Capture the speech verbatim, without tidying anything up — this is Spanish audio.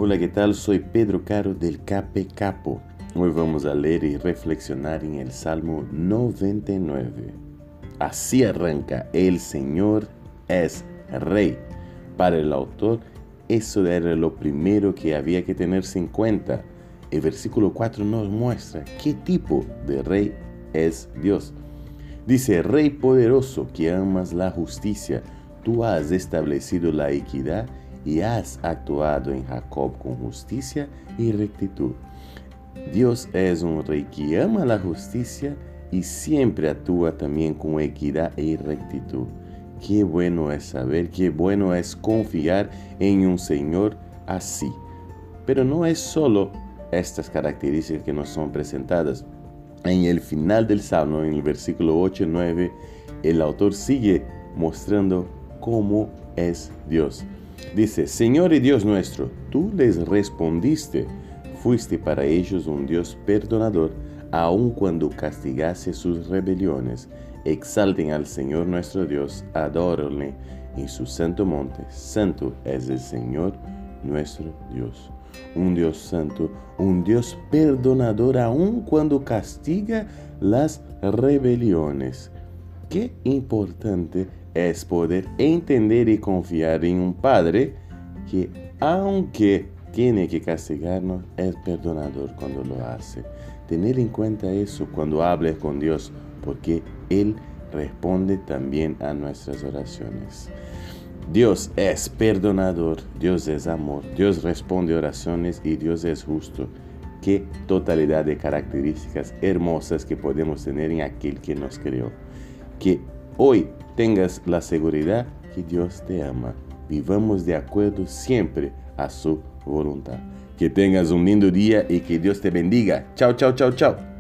Hola, ¿qué tal? Soy Pedro Caro del Cape Capo. Hoy vamos a leer y reflexionar en el Salmo noventa y nueve. Así arranca: el Señor es Rey. Para el autor, eso era lo primero que había que tenerse en cuenta. El versículo cuatro nos muestra qué tipo de Rey es Dios. Dice: Rey poderoso, que amas la justicia, tú has establecido la equidad y has actuado en Jacob con justicia y rectitud. Dios es un rey que ama la justicia y siempre actúa también con equidad y rectitud. Qué bueno es saber, qué bueno es confiar en un Señor así. Pero no es solo estas características que nos son presentadas. En el final del Salmo, en el versículo ocho y nueve, el autor sigue mostrando cómo es Dios. Dice: Señor y Dios nuestro, tú les respondiste, fuiste para ellos un Dios perdonador, aun cuando castigase sus rebeliones. Exalten al Señor nuestro Dios, adórenle en su santo monte. Santo es el Señor nuestro Dios. Un Dios santo, un Dios perdonador, aun cuando castiga las rebeliones. Qué importante es poder entender y confiar en un Padre que, aunque tiene que castigarnos, es perdonador cuando lo hace. Tener en cuenta eso cuando hables con Dios, porque Él responde también a nuestras oraciones. Dios es perdonador, Dios es amor, Dios responde oraciones y Dios es justo. Qué totalidad de características hermosas que podemos tener en aquel que nos creó. Que hoy tengas la seguridad que Dios te ama. Vivamos de acuerdo siempre a su voluntad. Que tengas un lindo día y que Dios te bendiga. Chao, chao, chao, chao.